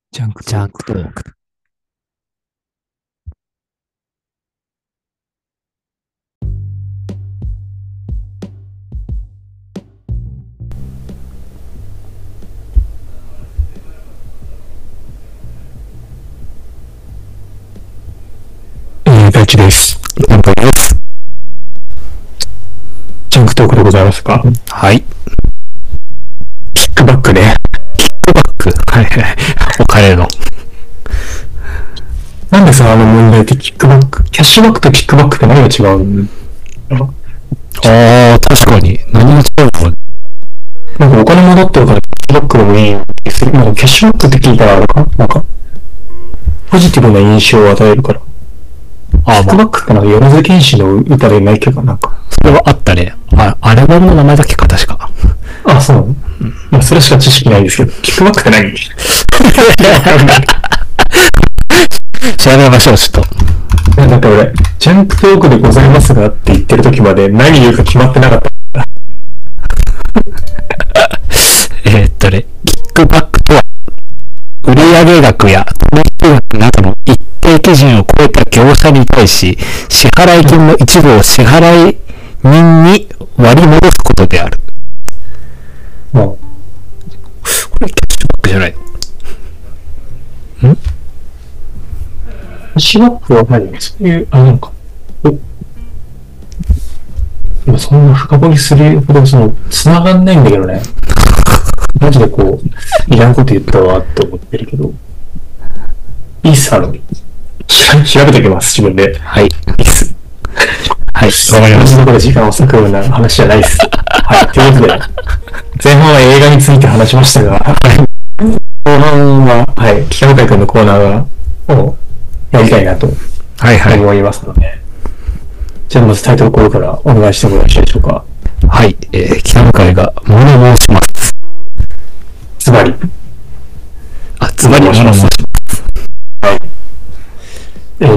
ジャンクジャンクトーク。 大地です。 今回です。 ジャンクトークでございますか？ はい。 キックバックね。 バック。はいはい。お金の。 なんでさ、問題ってキックバック、キャッシュバックとキックバックって何が違うんだろ確かに。何が違うの？ う。なんかお金戻ってるからキャッシュバックでもいい気する。なんかキャッシュバックって聞いたらあれかなんか、ポジティブな印象を与えるから。キックバックってなんか米津玄師の歌でないけど、なんか。 それはあったね。アルバムの名前だっけか、確か。 あ、そうなの？いや、それしか知識ないんですけど、キックバックって何？ 調べましょう、ちょっと。 だって俺、ジャンクトークでございますがって言ってる時まで何言うか決まってなかった。 キックバックとは、売上額や取引額などの一定基準を超えた業者に対し、支払い金の一部を支払い人に割り戻すことである。 もう、 これキャッシュバックじゃないの？ キャッシュバックは何？そういう、なんか、今そんな深掘りするほど繋がんないんだけどね。マジでこう、いらんこと言ったわって思ってるけど。いいっす、調べておきます、自分で。 はい。いいっす。 はい、わかりました。 ここで時間を割くような話じゃないっす。はい、ということで、前半は映画について話しましたが、後半は、はい、北向井くんのコーナーをやりたいなと思いますので、じゃあまずタイトルコールからお願いしてもよろしいでしょうか。 はい、北向井が物申します。 ズバリ物申します。はい。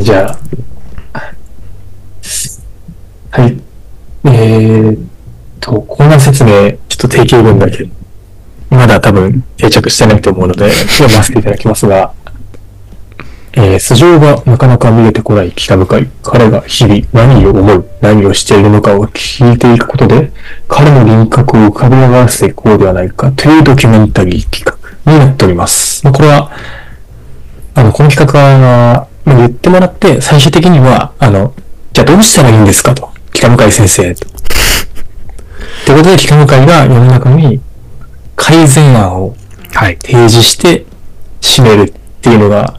じゃあ、はい。コーナー説明、ちょっと定型文だけ、まだ多分定着してないと思うので、読ませていただきますが、素性がなかなか見えてこない北向井。彼が日々何を思う、何をしているのかを聞いていくことで、彼の輪郭を浮かび上がらせていこうではないかというドキュメンタリー企画になっております。これは、この企画は、言ってもらって、最終的には、じゃあどうしたらいいんですかと。北向井先生と。ということで、北向井が世の中に改善案を提示して締めるっていうのが、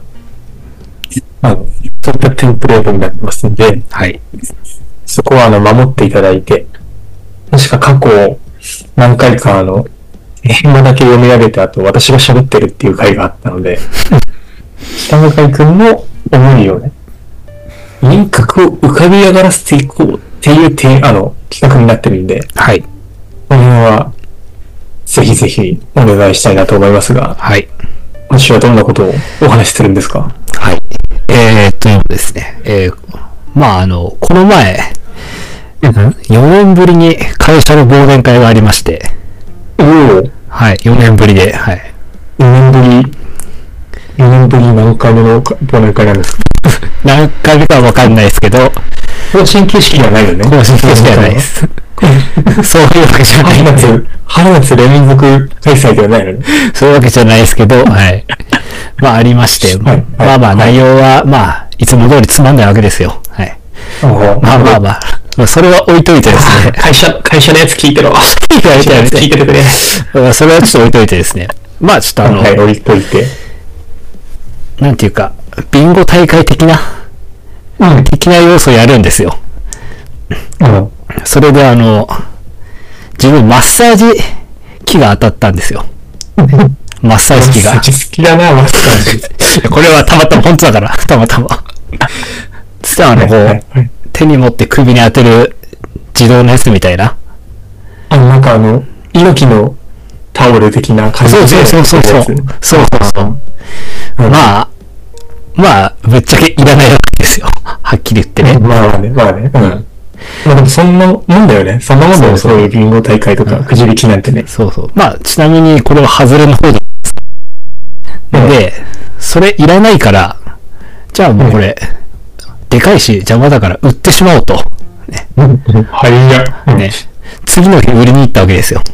そういったテンプレートになってますんで、 はい。 そこは守っていただいて、確か過去何回か映画だけ読み上げた後、私が喋ってるっていう回があったので、北向井くんの思いをね、輪郭を浮かび上がらせていこうっていう企画になってるんで、 はい。 この辺は、ぜひぜひお願いしたいなと思いますが、 はい。 今週はどんなことをお話しするんですか？ はい。ですね。この前、4年ぶりに会社の忘年会がありまして、はい、4年ぶりで、はい。 4年ぶり何回目の忘年会なんですか？ 何回目かはわかんないですけど、 更新形式ではないよね。 更新形式ではないです。そういうわけじゃない。 春夏連続開催ではないのね。 そういうわけじゃないですけど、はい。まあありまして、内容は、いつも通りつまんないわけですよ。はい。それは置いといてですね。 会社のやつ聞いてろ。聞いててくれ。 それはちょっと置いといてですね。まあちょっと置いといて。 なんていうか、ビンゴ大会的な要素をやるんですよ。それで自分マッサージ機が当たったんですよ。マッサージ機が。 好きだな、マッサージ。 これはたまたま、本当だから、たまたま。つって手に持って首に当てる自動のやつみたいな。 なんか猪木のタオル的な感じで。 そう。まあ、ぶっちゃけいらないわけですよ。はっきり言ってね。 まあね。でもそんなもんだよね。そんなもんだよ、そういうビンゴ大会とか、くじ引きなんてね。 そう。まあ、ちなみにこれは外れの方です。で、 それいらないから、じゃあもうこれ、でかいし邪魔だから売ってしまおうと。ね。 はいや。 ね。次の日売りに行ったわけですよ。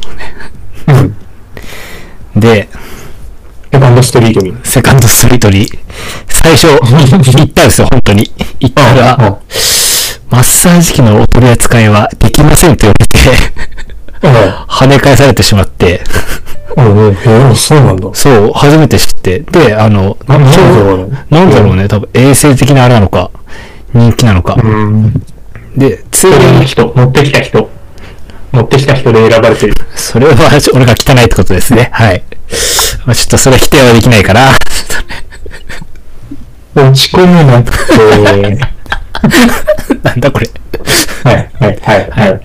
で、 セカンドストリートに。 セカンドストリートに、最初、行ったんですよ、本当に。行ったら、マッサージ機のお取り扱いはできませんと言われて、跳ね返されてしまって、 そうなんだ。 そう、初めて知って。で、なんだろうね、多分衛生的なあれなのか、人気なのか。で、ついでに持ってきた人で選ばれてる。 それは俺が汚いってことですね。はい。まあ、ちょっとそれ否定はできないから。 落ち込むなって。 なんだこれ。 はい。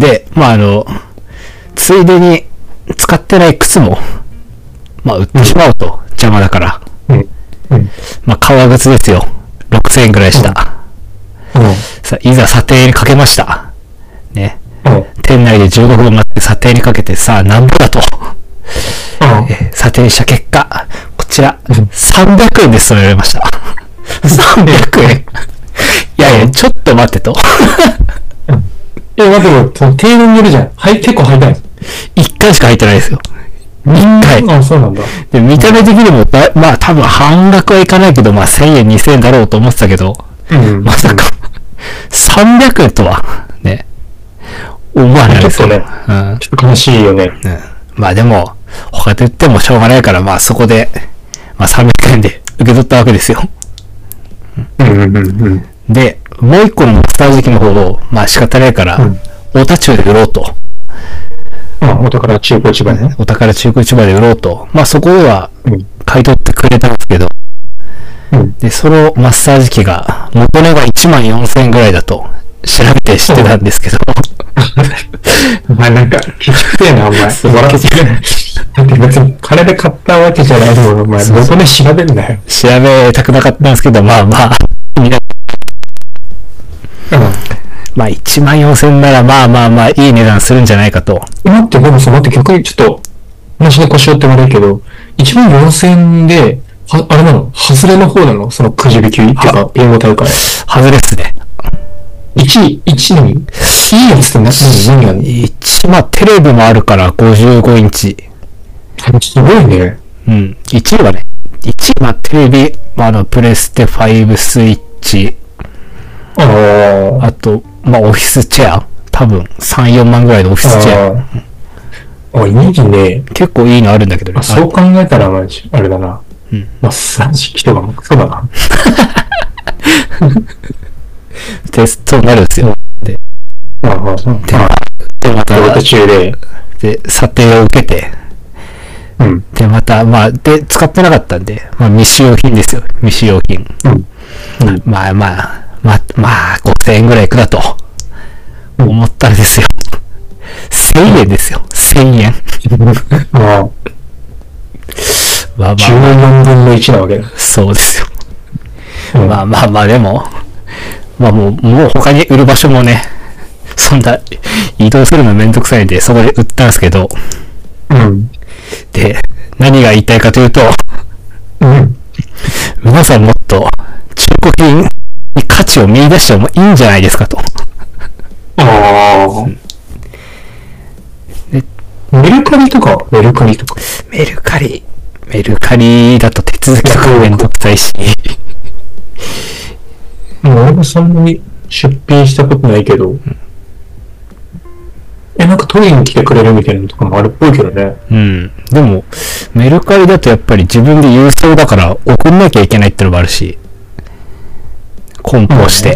で、まあついでに使ってない靴も、まあ売ってしまうと、邪魔だから。まあ革靴ですよ。6000円くらいした。さあ、いざ査定にかけました。ね。店内で15分待って査定にかけて、さあ、なんぼだと。査定した結果、こちら、300円ですと言われました。300円いやいや、ちょっと待ってと。 待っても、その程度によるじゃん。結構履いたんです。 1回しか履いてないですよ。1回。 そうなんだ。 で、見た目的にも、まあ多分半額はいかないけど、まあ1000円、2000円だろうと思ってたけど、まさか、300円とは、ね。思わないですよ。 ちょっとね、ちょっと悲しいよね。 まあでも、他で言ってもしょうがないから、まあそこで、まあ300円で受け取ったわけですよ。で、もう一個のマッサージ機の方を、まあ仕方ないから、大田中で売ろうと。 お宝中古市場ね。 お宝中古市場で売ろうと。まあそこでは、買い取ってくれたんですけど、で、そのマッサージ機が、元値が14,000円ぐらいだと、調べて知ってたんですけど。 お前なんか、ケチくせえな、お前。笑ってる。だって別に金で買ったわけじゃないの、お前。元値調べんなよ。 調べたくなかったんですけど、まあまあ、まあ14,000円ならまあいい値段するんじゃないかと。 待って逆にちょっと、話の腰をって言われるけど、14,000円で、あれなの外れの方なのそのくじ引きっていうか、英語大会。 外れっすね。 1何いいやつって何やんの ?1、まあテレビもあるから55インチ。 すごいね。 1位はね、1位はテレビ、プレステ5スイッチ。あと、まあオフィスチェア。多分3、4万ぐらいのオフィスチェア。 いいね。 結構いいのあるんだけどね。 そう考えたら、あれだな。マッサージ機とかもそうだな。 で、そうなるんですよ。で、また、 途中で、 査定を受けて、で、また、で、使ってなかったんで、未使用品ですよ。未使用品。まあ、5,000円ぐらいいくだと、思ったらですよ。1,000円ですよ。1,000円。 14分の1なわけだ。 そうですよ。まあ、でも、もう他に売る場所もね、そんな、移動するのめんどくさいんで、そこで売ったんですけど、で、何が言いたいかというと、皆さんもっと中古品に価値を見出してもいいんじゃないですかと。 メルカリとかメルカリだと手続きとかめんどくさいし。 俺もそんなに出品したことないけど、なんか取りに来てくれるみたいなのとかもあるっぽいけどね。 でも、メルカリだとやっぱり自分で郵送だから送んなきゃいけないってのもあるし、梱包して。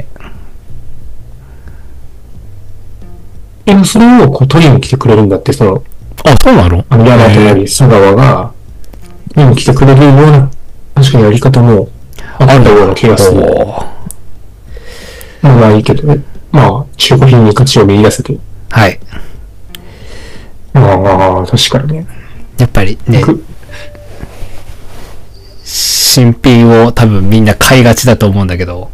それを取りに来てくれるんだって、そうなの？ ヤマトなり佐川が、取りに来てくれるような、確かにやり方もあったような気がする。まあいいけどね。中古品に価値を見出せて。 はい。 確かにね。 やっぱりね、新品を多分みんな買いがちだと思うんだけど、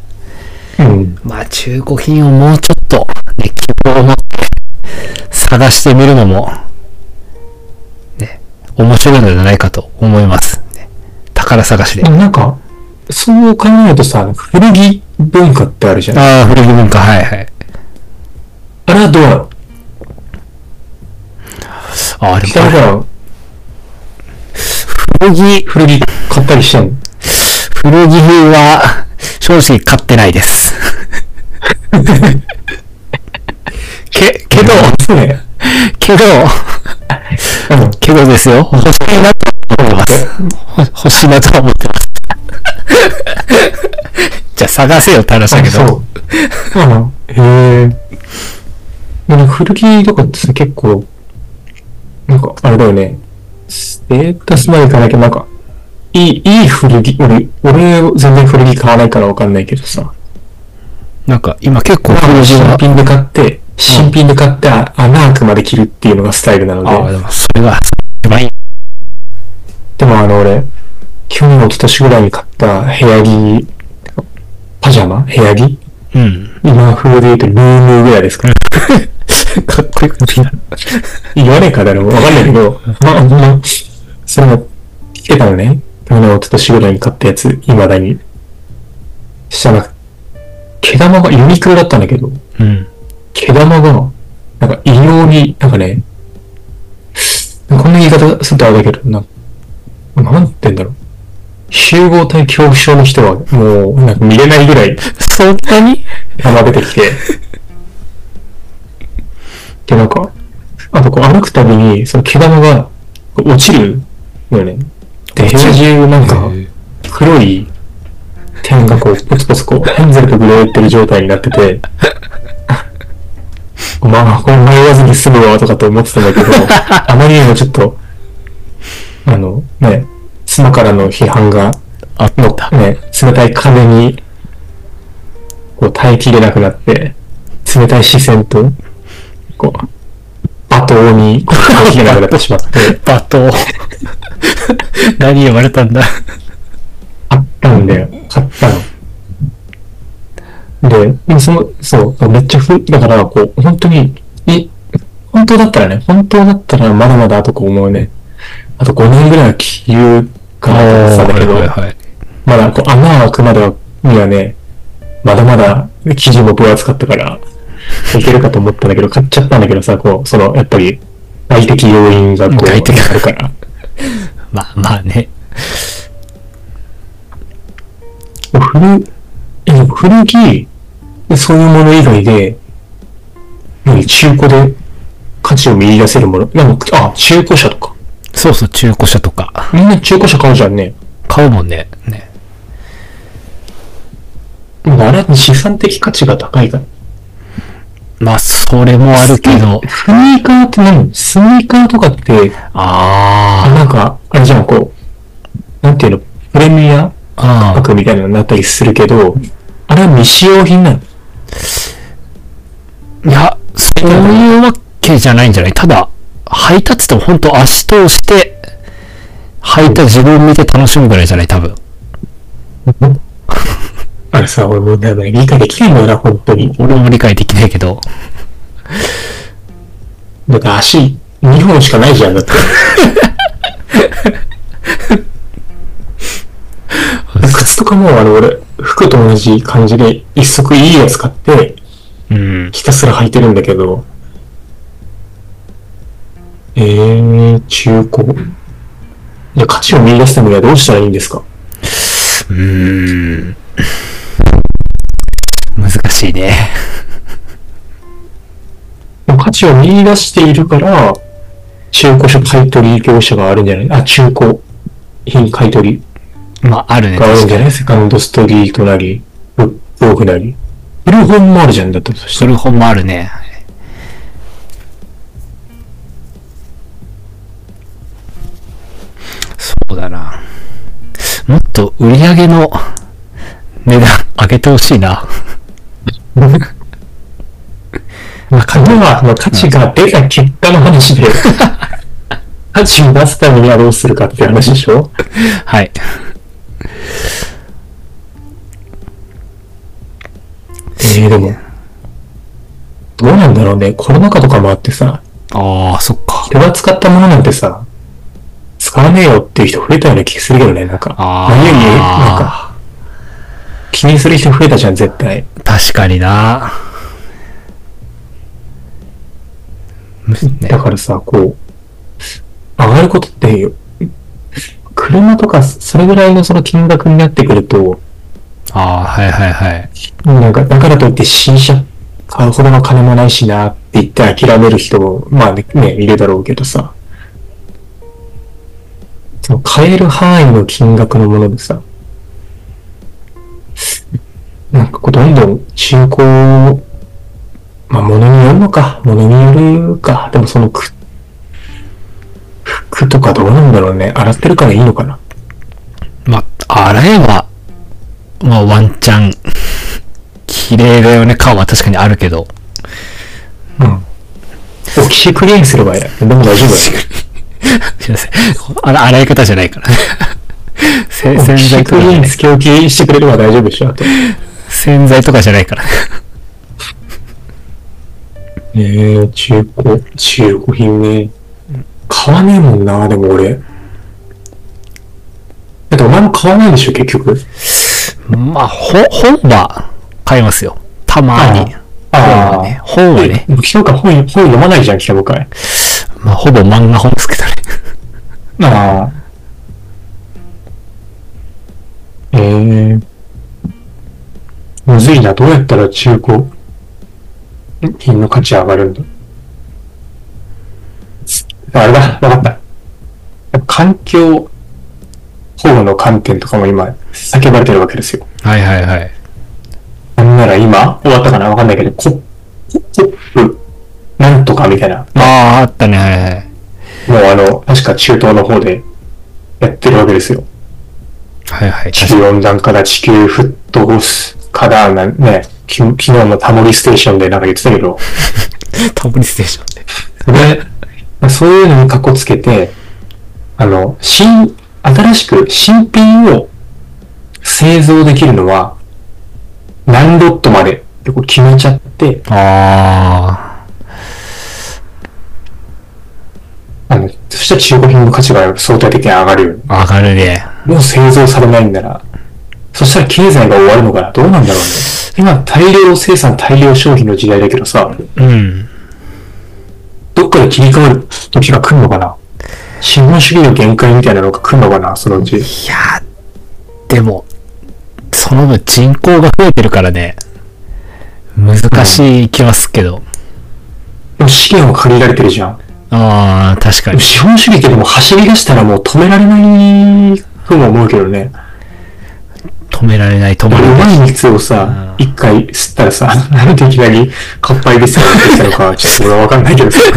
中古品をもうちょっと、ね、希望を持って探してみるのも、ね、面白いのではないかと思います。ね、高宝探しで。 なんか、そう考えるとさ、古着文化ってあるじゃん。 ああ、古着文化、はいはい。 あれはどうなの？ ああ、でも北原、古着買ったりしてんの？ 古着は、正直買ってないです。けど、けどですよ。欲しいなと思ってます。欲しいなと思ってます。じゃあ探せよって話だけど。 そう。へえ。なんか古着とかってさ、結構、なんか、あれだよね。ステータスまでいかないけど、なんか、いい古着、俺全然古着買わないからわかんないけどさ。 なんか今結構古着は新品で買って穴開くまで着るっていうのがスタイルなので。 ああ、でもそれが一番いい。 でも俺、去年一昨年ぐらいに買った部屋着、パジャマ部屋着、 うん。 今風で言うとルームウェアですから。 かっこよく言わねえかだろうわかんないけど、それも着てたのね。去年一昨年ぐらいに買ったやつ、未だに。したら、毛玉がユニクロだったんだけど、 うん。 毛玉が、なんか異様に、なんかね、こんな言い方するとあれだけど、なんて言うんだろう。集合体恐怖症の人はもう、なんか見れないぐらい、 そんなに毛玉出てきて、で、なんか、あとこう歩くたびに、その毛玉が落ちるのよね。で、部屋中なんか、黒い点がこう、ポツポツこう、ヘンゼルとグレーってる状態になってて、まあ、これ迷わずに済むわとかと思ってたんだけど、あまりにもちょっと、妻からの批判が、ね、冷たい風に、こう耐えきれなくなって、冷たい視線と、こう、罵倒に、こう耐えきれなくなってしまって。 罵倒。何言われたんだ。 買ったんだよ。買ったの。で、そう、めっちゃだから、こう、本当に、本当だったらまだまだあとこう思うね。あと5年ぐらいは着るかなと思ってたんだけど、まだこう穴開くまでにはね、まだまだ生地も分厚かったから、いけるかと思ったんだけど、買っちゃったんだけどさ、こう、やっぱり、外的要因がこう、あるから。 まあね。 古着、そういうもの以外で、中古で価値を見出せるもの、中古車とか。 そうそう、中古車とか。 みんな中古車買うじゃんね。 買うもんね。ね。 あれは資産的価値が高いから。 まあ、それもあるけど。 スニーカーって何？スニーカーとかって、なんか、あれじゃん、こう、なんていうの、プレミア価格みたいなのになったりするけど、あれは未使用品なの？ いや、そういうわけじゃないんじゃない？ただ、履いたって言っても本当足通して、履いた自分見て楽しむぐらいじゃない？多分。 あれさ、俺もう理解できないんだよな、本当に。 俺も理解できないけど。 だって足2本しかないじゃん、だって。靴とかも俺、服と同じ感じで一足いいやつ買って、ひたすら履いてるんだけど、中古。じゃ価値を見出すためにはどうしたらいいんですか？ 難しいね。 価値を見出しているから、中古車買取業者があるんじゃない？中古品買取。 まあ、あるね。 があるんじゃない？セカンドストリートなり、ブックオフなり。古本もあるじゃん、だったとしたら。 古本もあるね。そうだな。もっと売り上げの値段上げてほしいな。 価値が出た結果の話で、価値を出すためにはどうするかっていう話でしょ？ はい。 でも、どうなんだろうね。コロナ禍とかもあってさ。 ああ、そっか。 人が使ったものなんてさ、 使わねえよっていう人増えたような気がするけどね、なんか。何より、なんか、気にする人増えたじゃん、絶対。 確かにな。 だからさ、こう、上がることって、車とか、それぐらいのその金額になってくると、 はいはいはい。 なんか、だからといって新車買うほどの金もないしなって言って諦める人も、まあね、いるだろうけどさ、その買える範囲の金額のものでさ、なんかこうどんどん中古、まあ物によるのか、物によるか、でもその服とかどうなんだろうね。洗ってるからいいのかな。 まあ、洗えば、まあワンチャン、綺麗だよね感は確かにあるけど。 うん。オキシクリーンすればいい。でも大丈夫だよ。すいません。洗い方じゃないからね。洗剤とか。オキシクリーンつけ置きしてくれれば大丈夫でしょ、あと。 洗剤とかじゃないからね。中古品ね。買わねえもんな、でも俺。だってお前も買わないでしょ、結局。 まあ、本は買いますよ。たまに。本はね。 そうか、本読まないじゃん、北向かい。 まあ、ほぼ漫画本ですけどね。 ああ。むずいな、どうやったら中古品の価値上がるんだ。あれだ、わかった。環境保護の観点とかも今、叫ばれてるわけですよ。 はいはいはい。 なんなら今、終わったかなわかんないけど、コップ、なんとかみたいな。 あったね、はいはい。 もう確か中東の方でやってるわけですよ。 はいはい。 地球温暖化だ、地球沸騰化だ、ね、昨日のタモリステーションでなんか言ってたけど。 タモリステーションで。 そういうのにカッコつけて、新しく新品を製造できるのは、何ロットまでってこう決めちゃって、そしたら中古品の価値が相対的に上がるよ。 上がるね。 もう製造されないんなら、そしたら経済が終わるのかな。どうなんだろうね。今、大量生産、大量消費の時代だけどさ、 うん。 どっかで切り替わる時が来るのかな。資本主義の限界みたいなのが来るのかな、そのうち。 いやでも、その分人口が増えてるからね、難しい気はするけど。 でも資源は限られてるじゃん。 確かに。 資本主義ってでも走り出したらもう止められないとも思うけどね。 止められない、止められない。 うまい蜜をさ、一回吸ったらさ、なんでいきなり乾杯ですよって言ったのか、ちょっと俺はわかんないけどさ。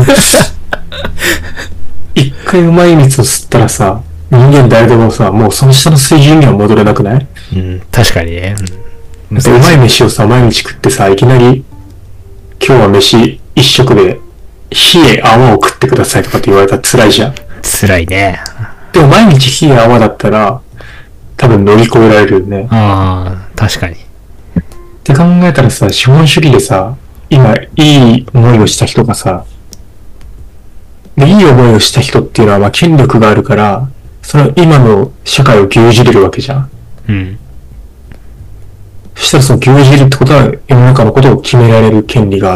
一回うまい蜜を吸ったらさ、人間誰でもさ、もうその下の水準には戻れなくない？ うん、確かにね。 うまい飯をさ、毎日食ってさ、いきなり、今日は飯一食で、冷え泡を食ってくださいとかって言われたら辛いじゃん。 辛いね。 でも毎日冷え泡だったら、多分乗り越えられるよね。 確かに。 って考えたらさ、資本主義でさ、今、いい思いをした人がさ、で、いい思いをした人っていうのは、まあ、権力があるから、その今の社会を牛耳れるわけじゃん。 うん。 そしたらその牛耳るってことは、世の中のことを決められる権利があって、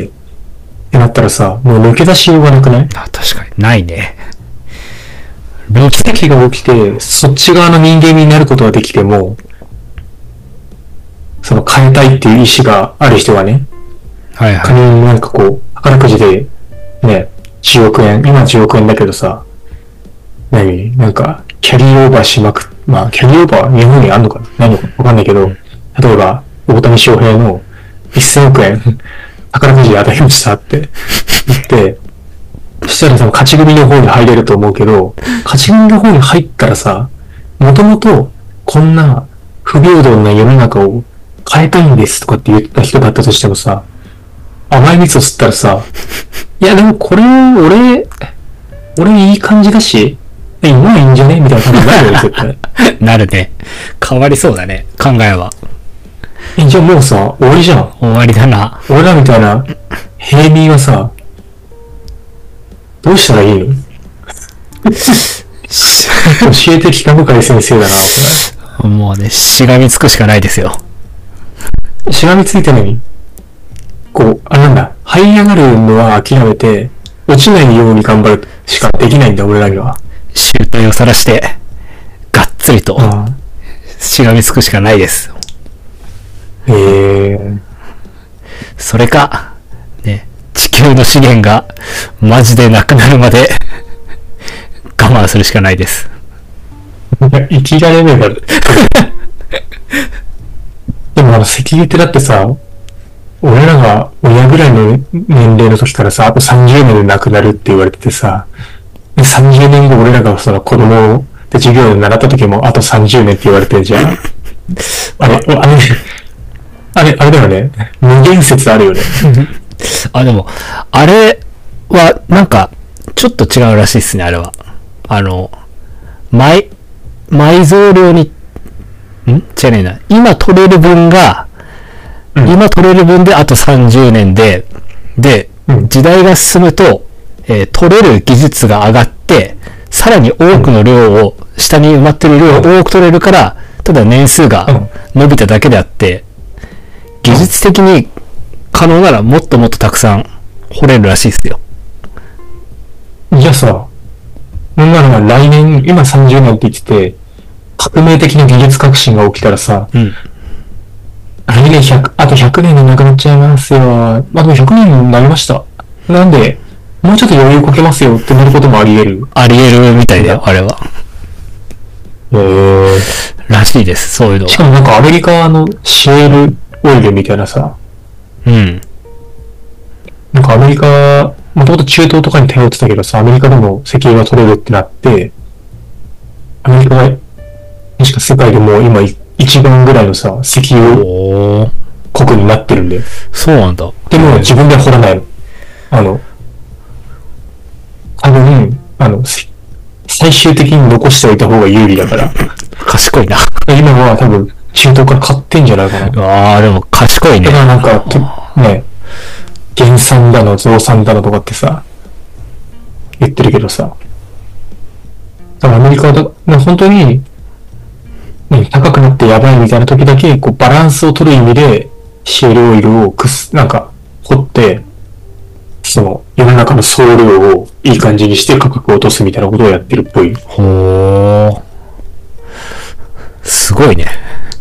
ってなったらさ、もう抜け出しようがなくない？ 確かに。ないね。 奇跡が起きて、そっち側の人間になることはできても、その変えたいっていう意志がある人がね、 はいはい。 仮になんかこう、宝くじで、ね、10億円、今10億円だけどさ、なんか、キャリーオーバーしまくっ、まあ、キャリーオーバー日本にあんのかなないのかわかんないけど、例えば、大谷翔平の1000億円、宝くじ当たりましたって言って、そしたら多分勝ち組の方に入れると思うけど、勝ち組の方に入ったらさ、もともとこんな不平等な世の中を変えたいんですとかって言った人だったとしてもさ、甘い蜜を吸ったらさ、いやでもこれ俺いい感じだし、今いいんじゃねみたいな感じになるよね、絶対。 なるね。変わりそうだね、考えは。 じゃあもうさ、終わりじゃん。 終わりだな。 俺らみたいな平民はさ、どうしたらいいの？ 教えてきた深い先生だな、 もうね、しがみつくしかないですよ。 しがみついてるのに、こう、なんだ、這い上がるのは諦めて、落ちないように頑張るしかできないんだ、俺らには。 醜態を晒して、がっつりと、しがみつくしかないです。それか、ね、地球の資源が、マジでなくなるまで、我慢するしかないです。 生きられねえだろ。でも石油ってだってさ、俺らが親ぐらいの年齢の時からさ、あと30年で亡くなるって言われててさ、で30年後俺らがその子供で授業で習った時もあと30年って言われてるじゃん。あれだよね。無限説あるよね。 でも、あれは、なんか、ちょっと違うらしいですね、あれは。埋蔵量に、違うねえな。今取れる分であと30年で、時代が進むと、取れる技術が上がって、さらに多くの量を、下に埋まってる量を多く取れるから、ただ年数が伸びただけであって、技術的に可能ならもっともっとたくさん掘れるらしいですよ。 じゃあさ、なんなら来年、今30年って言ってて、革命的な技術革新が起きたらさ、来年あと100年でなくなっちゃいますよ。でも100年になりました。なんで、もうちょっと余裕こけますよってなることもあり得る。 あり得るみたいだよ、あれは。らしいです、そういうのは。 しかもなんかアメリカのシェールオイルみたいなさ、なんかアメリカ、もともと中東とかに頼ってたけどさ、アメリカでも石油が取れるってなって、アメリカが、確か世界でも今一番ぐらいのさ、石油国になってるんで。 そうなんだ。 でも自分では掘らないの。多分、最終的に残しておいた方が有利だから。 賢いな。 今は多分、中東から買ってんじゃないかな。 でも賢いね。 だからなんか、ね、減産だの、増産だのとかってさ、言ってるけどさ。だからアメリカは本当に、ね、高くなってやばいみたいな時だけ、こう、バランスを取る意味で、シェールオイルをなんか、掘って、その、世の中の総量をいい感じにして価格を落とすみたいなことをやってるっぽい。 すごいね。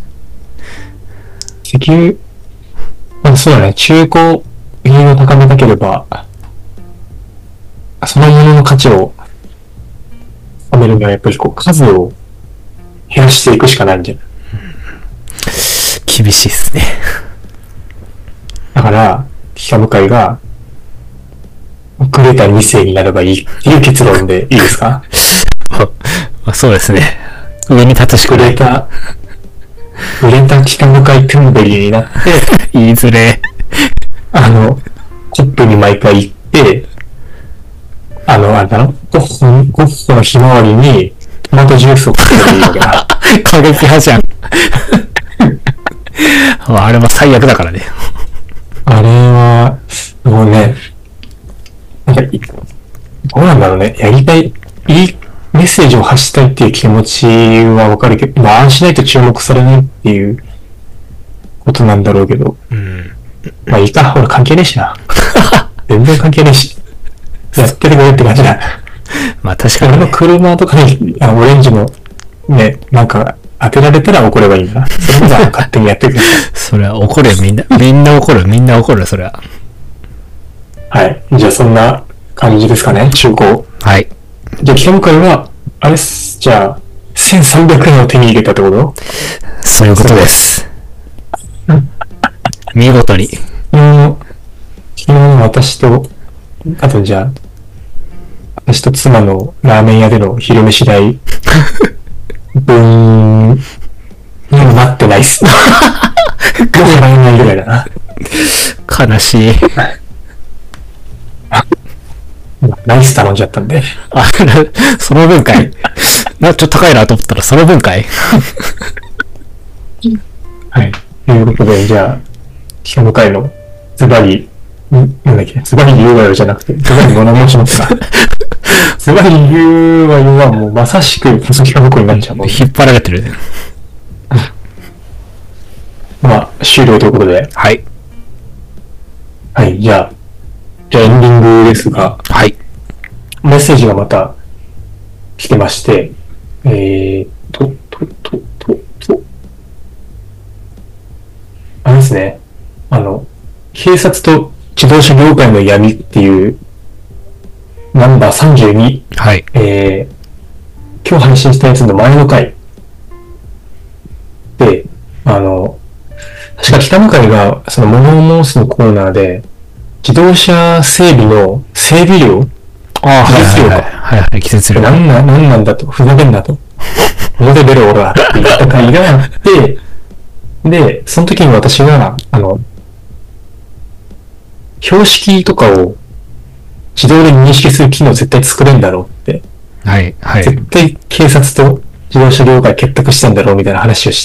石油、そうだね、中古品を高めたければ、そのものの価値を高めるにはやっぱりこう数を減らしていくしかないんじゃない？ 厳しいっすね。 だから、北向井が、グレタ2世になればいいっていう結論でいいですか？ そうですね。上に立つしかない。 グレタ北向井トゥンベリーになって、 言いづれ。 コップに毎回行って、あれだろ？ゴッホのひまわりにトマトジュースをかければいいわけだ。 過激派じゃん。あれも最悪だからね。 あれは、もうね、なんか、どうなんだろうね。やりたい、いいメッセージを発したいっていう気持ちはわかるけど、ああしないと注目されないっていうことなんだろうけど。まあいいか、俺関係ねえしな。全然関係ねえし。やってるかよって感じだ。 まあ確かに、 俺の車とかに、オレンジの、ね、なんか、当てられたら怒ればいいんだな。それまでは勝手にやってくれ。 それは怒るよ、みんな怒る、それは。 はい。じゃあそんな感じですかね、中古。 はい。 じゃあ北向井は、あれっす、じゃあ、1300円を手に入れたってこと？ そういうことです。見事に。 昨日の私と、あとじゃあ、私と妻のラーメン屋での昼飯代分にもなってないっす。もう払えないぐらいだな。 悲しい。 ライス頼んじゃったんで。 その分かい。ちょっと高いなと思ったらその分かい。 はい。ということで、じゃあ、北向井のズバリ、なんだっけ、ズバリ言うわよじゃなくて、ズバリ物申しますか。 ズバリ言うはもうまさしく細木家族になっちゃうもん。 引っ張られてる。 まあ、終了ということで。 はい。 はい、じゃあエンディングですが、 はい。 メッセージがまた来てまして、あれですね。警察と自動車業界の闇っていうナンバー32。 はい。 今日配信したやつの前の回で、確か北向井がそのモノ申すのコーナーで、自動車整備の整備料、 季節料か。はいはい、季節料。 なんなんだと、ふざけんなと。表出ろ俺はって言った回があって、で、その時に私が、標識とかを自動で認識する機能絶対作れんだろうって。 はい、はい。 絶対警察と自動車業界結託してんだろうみたいな話をして、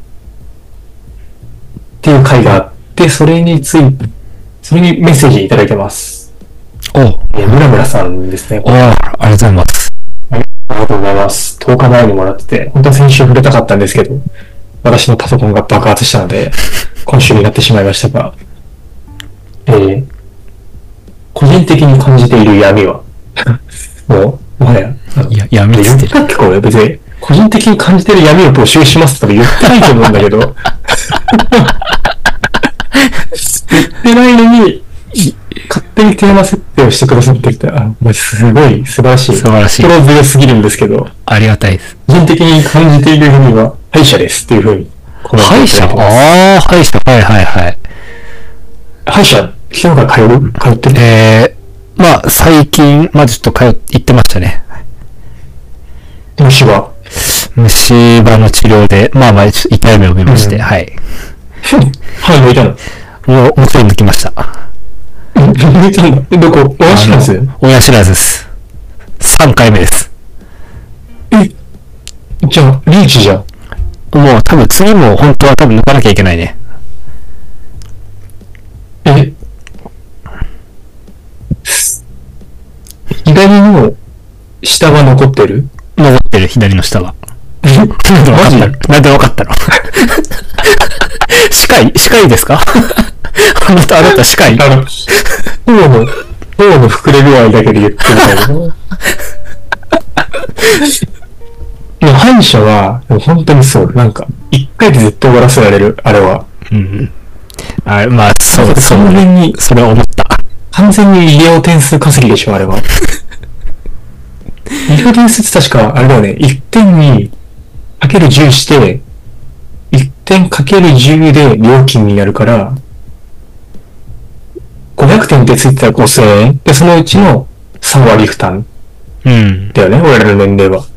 っていう回があって、それにメッセージいただいてます。村村さんですね。 ありがとうございます。 ありがとうございます。10日前にもらってて、本当は先週触れたかったんですけど、私のパソコンが爆発したので、今週になってしまいましたが、個人的に感じている闇は、もはや、 闇ですね。 言ったっけこれ別に、個人的に感じている闇を募集しますって多分言ってないと思うんだけど、言ってないのに、勝手にテーマ設定をしてくださってきた。すごい素晴らしい。 素晴らしい。 心強すぎるんですけど。 ありがたいです。 個人的に感じている闇は、歯医者ですっていう風に。 歯医者？歯医者。はいはいはい。 歯医者、昨日から通ってる？ まあ、最近、ちょっと行ってましたね。 虫歯の治療で、痛い目を見まして、はい。 歯抜いたの？ もちろん抜きました。 抜いたんだ。どこ？親知らず？ 親知らずです。3回目です。 じゃあ、リーチじゃん。 もう多分次も本当は抜かなきゃいけないね。 左の下は残ってる？ 残ってる、左の下は。 マジ？ なんで分かったの？歯科医ですか？あなた歯科医？頬の膨れ具合だけで言ってみたけど。歯医者は、本当にそう、一回で絶対終わらせられる、あれは。 うん。そう、 完全に、 それは思った。 完全に医療点数稼ぎでしょ、あれは。医療点数って確か、あれだよね、1点にかける10して、1点かける10で料金になるから、500点ってついてたら5000円で、そのうちの3割負担。 うん。 だよね、俺らの年齢は。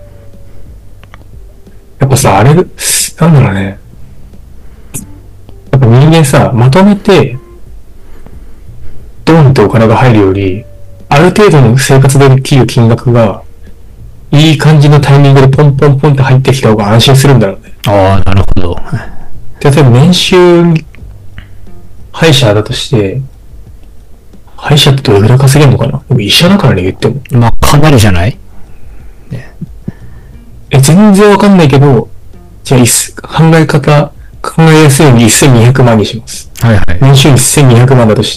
やっぱさ、あれ、なんだろうね。やっぱ人間さ、まとめて、ドーンとお金が入るより、ある程度の生活で切る金額が、いい感じのタイミングでポンポンポンって入ってきた方が安心するんだろうね。 ああ、なるほど。 例えば年収、歯医者だとして、歯医者ってどれぐらい稼げるのかな？でも医者だからね、言っても。 かなりじゃない？ ね、全然わかんないけど、じゃあ考えやすいように1200万にします。 はいはい。 年収1200万だとして、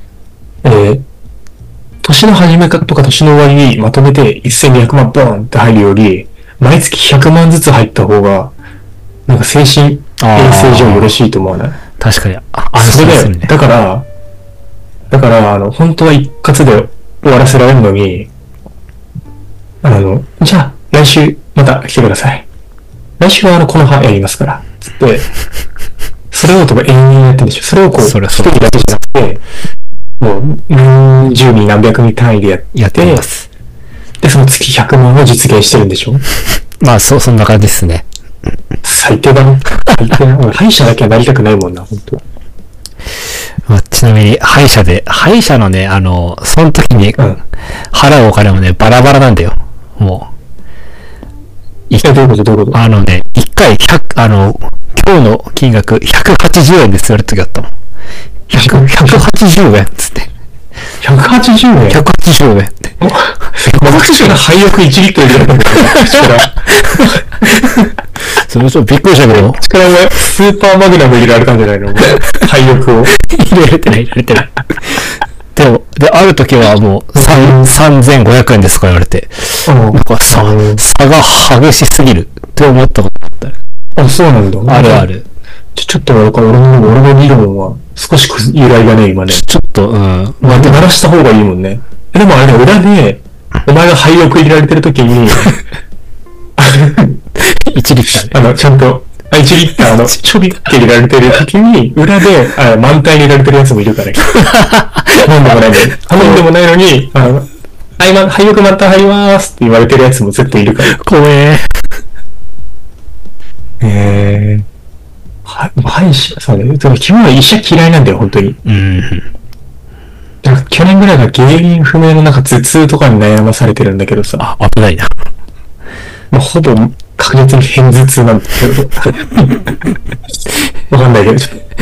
年の始めとか年の終わりにまとめて1200万ボーンって入るより、毎月100万ずつ入った方が、精神衛生上よろしいと思わない？ 確かに。 それで、だから、本当は一括で終わらせられるのに、じゃあ、来週また来てください。来週はこの歯やりますから。つって、それを永遠にやってるんでしょ。それを一人だけじゃなくて、もう、何十人何百人単位でやってます。で、その月100万を実現してるんでしょ。 そんな感じですね。 最低だね。俺、歯医者だけはなりたくないもんな、本当。 ちなみに、歯医者のね、その時に、払うお金もね、バラバラなんだよ。もう。 どういうこと一回今日の金額180円です言われた時あったもん。180円っつって。 180円。 180円。 私が廃屋1リットル入れたんだよ。口から。 それちょっとびっくりしたけど。 口からお前、スーパーマグナム入れられたんじゃないの廃屋を。 入れられてない。で、ある時はもう、3500円ですとか言われて、なんか差が激しすぎるって思ったことあったね。 あ、そうなんだ。 あるある。 ちょっと俺の理論は少し由来がね、今ね。 ちょっと、 まあ、鳴らした方がいいもんね。でもあれね、裏で、お前が廃屋入れられてる時に、 1リッターね。ちゃんと、1リッターちょびって入れられてる時に、裏で、満タン入れられてるやつもいるから。頼んでもないのに。頼んでもないのに、廃屋満タン入りますって言われてるやつも絶対いるから。 怖え。 歯医者、そうね。君は医者嫌いなんだよ、本当に。だから去年ぐらいが原因不明のなんか頭痛とかに悩まされてるんだけどさ。 あ、危ないな。 もうほぼ確実に偏頭痛なんだけど。わかんないけど、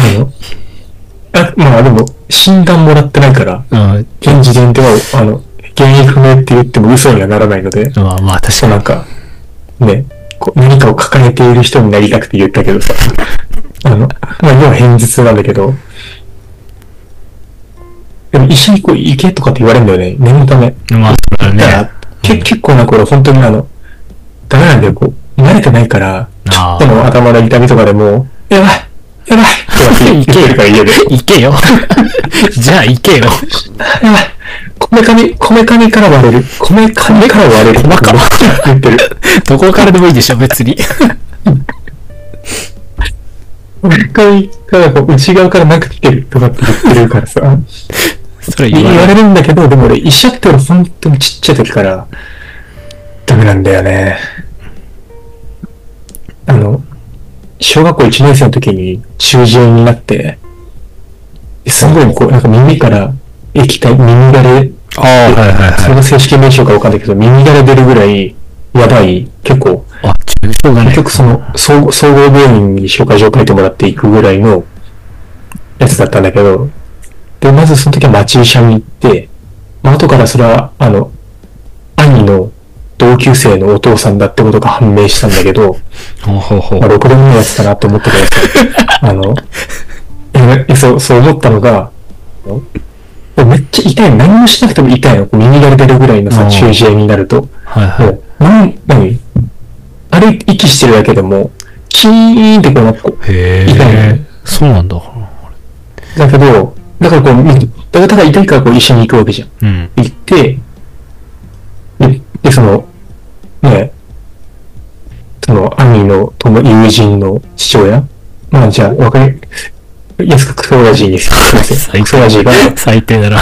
まあでも、診断もらってないから、現時点では、原因不明って言っても嘘にはならないので。 まあ確かに。 なんか、ね、何かを抱えている人になりたくて言ったけどさ。まあ要は偏頭痛なんだけど、でも医者に行けとかって言われるんだよね。念のため。 まあ、そうだね。 結構な頃本当にダメなんだよ。慣れてないから、ちょっとの頭の痛みとかでも、やばいとかって言ってるから家で。 行けよ。じゃあ行けよ。 やばい。こめかみから割れる。こめかみから割れる。 細か。 言ってる。 どこからでもいいでしょ、別に。 こめかみから内側からなく来てるとかって言ってるからさ。 それ言われるんだけど、でも俺医者って俺本当にちっちゃい時からダメなんだよね。小学校1年生の時に中耳炎になって、すごいなんか耳から液体、耳枯れ、それが正式名称かわかんないけど、耳枯れ出るぐらいやばい、結構、 重症だね。 結局総合病院に紹介状書いてもらっていくぐらいのやつだったんだけど、で、まずその時は町医者に行って、まあ、後からそれは、兄の同級生のお父さんだってことが判明したんだけど、まあ、ろくでもないやつだなって思ったけどさ、そう思ったのが、めっちゃ痛い。何もしなくても痛いの。耳が出るぐらいのさ、中耳炎になると。あれ、息してるだけでも、キーンって痛いの。 そうなんだ。 だけど、だから痛いから一緒に行くわけじゃん。行って、で、兄の友人の父親。まあじゃあ、わかりやすくクソ親父にすいません。クソ親父が、 最低だな。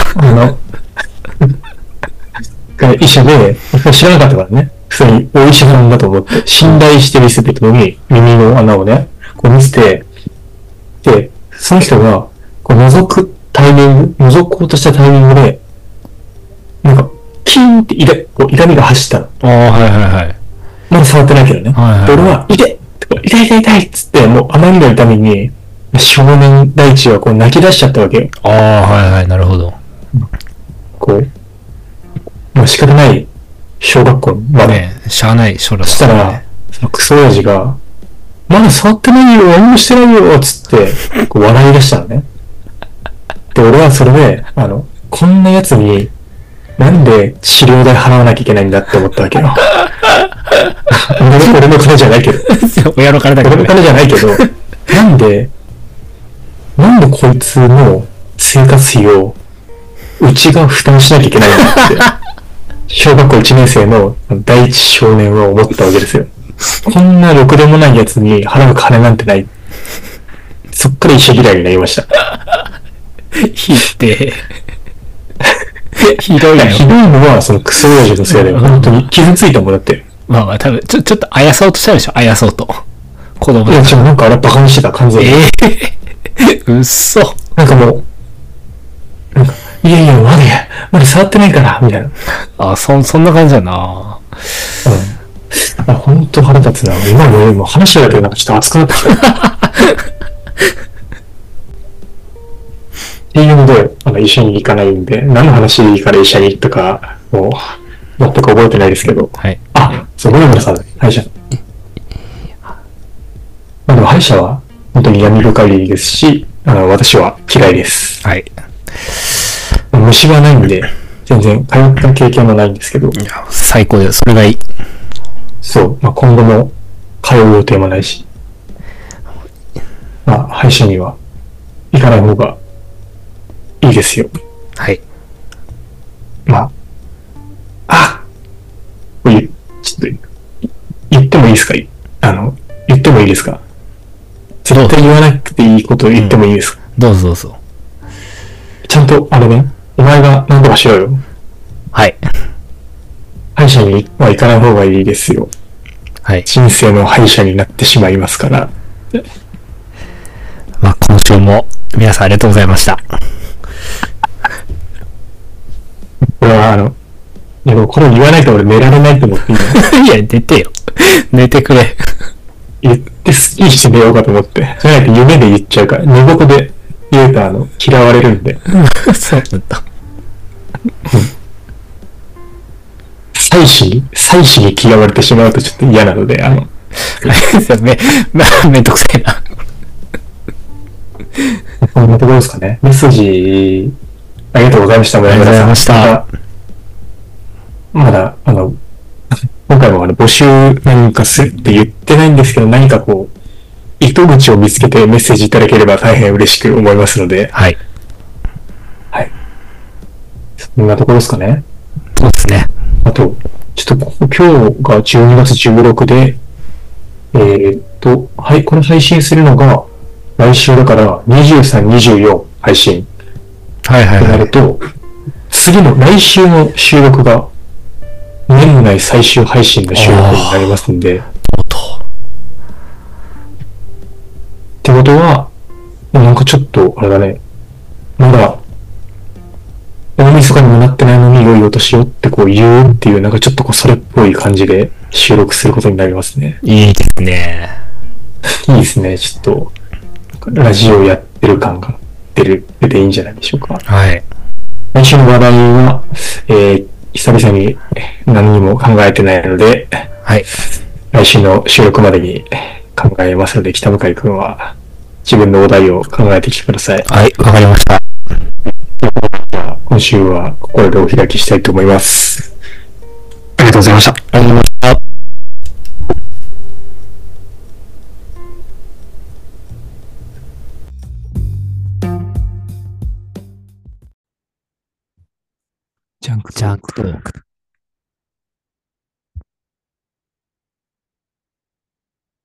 が医者で、知らなかったからね。普通にお医者さんだと思って、信頼して見せてるのに、耳の穴をね、見せて、で、その人が、覗こうとしたタイミングで、なんか、キーンって痛みが走ったの。まだ触ってないけどね。で、俺は、痛いっつって、もうあまりの痛みに、少年大地は泣き出しちゃったわけよ。 なるほど。 まあ仕方ない小学校まで。 しゃあない小学校。 そしたら、そのクソ親父が、まだ触ってないよ、何もしてないよ、つって、笑い出したのね。で、俺はそれで、こんな奴に、なんで治療代払わなきゃいけないんだって思ったわけよ。俺の金じゃないけど。 親の金だけど。 俺の金じゃないけど、なんでこいつの生活費を、うちが負担しなきゃいけないんだって、小学校1年生の第一少年は思ったわけですよ。こんなろくでもない奴に払う金なんてない。そっから医者嫌いになりました。ひどいのは、そのクソ親父のせいで、本当に傷ついたもんだって。 まあ多分、ちょっとあやそうとしたでしょ、あやそうと。子供。 いや、なんかあれバカにしてた、完全に。 うっそ。 なんかもう、いや、まだ触ってないから、みたいな。 そんな感じだな。 ほんと腹立つな。今も話しただけでなんかちょっと熱くなってきた。っていうので、 が医者に行かないんで、何の話から医者に行ったか、もう、全く覚えてないですけど。 はい。 そう、森村さん、歯医者。でも歯医者は本当に闇深いですし、私は嫌いです。 はい。 虫はないんで、全然通った経験はないんですけど。 いや、最高です。それがいい。 そう、今後も通う予定もないし、歯医者には行かない方がいいですよ。 はい。 これ、ちょっと、言ってもいいですか？言ってもいいですか？絶対言わなくていいことを言ってもいいですか？ どうぞどうぞ。 ちゃんと、お前が何とかしろよ。 はい。 歯医者には行かない方がいいですよ。 はい。 人生の歯医者になってしまいますから。 今週も皆さんありがとうございました。 これはでもこれ言わないと俺寝られないと思っていいのいや、寝てよ。寝てくれ。 言ってスッキリして寝ようかと思って。じゃないと夢で言っちゃうから、寝言で言うと嫌われるんで。 そうなんだ。 妻子に嫌われてしまうとちょっと嫌なので、 めんどくさいな。 こんなところですかね。メッセージ、ありがとうございました。 ありがとうございました。 まだ、今回も募集何かするって言ってないんですけど、何か糸口を見つけてメッセージいただければ大変嬉しく思いますので。 はい。 はい。そんなところですかね。 そうですね。 あと、ちょっと今日が12月16で、はい、これ配信するのが、来週だから23、24配信。 はいはい、はい。となると、来週の収録が、年内最終配信の収録になりますんで。ってことは、なんかちょっと、あれだね、まだ、大晦日にもなってないのに良いお年をって言うっていう、なんかちょっとそれっぽい感じで収録することになりますね。 いいですね。 いいですね、ちょっと、ラジオやってる感が出ていいんじゃないでしょうか。 はい。 来週の話題は、久々に何にも考えてないので、 はい。 来週の収録までに考えますので、北向井くんは自分のお題を考えてきてください。 はい、わかりました。 今週はここでお開きしたいと思います。ありがとうございました。 ありがとうございました。ジャンクトーク。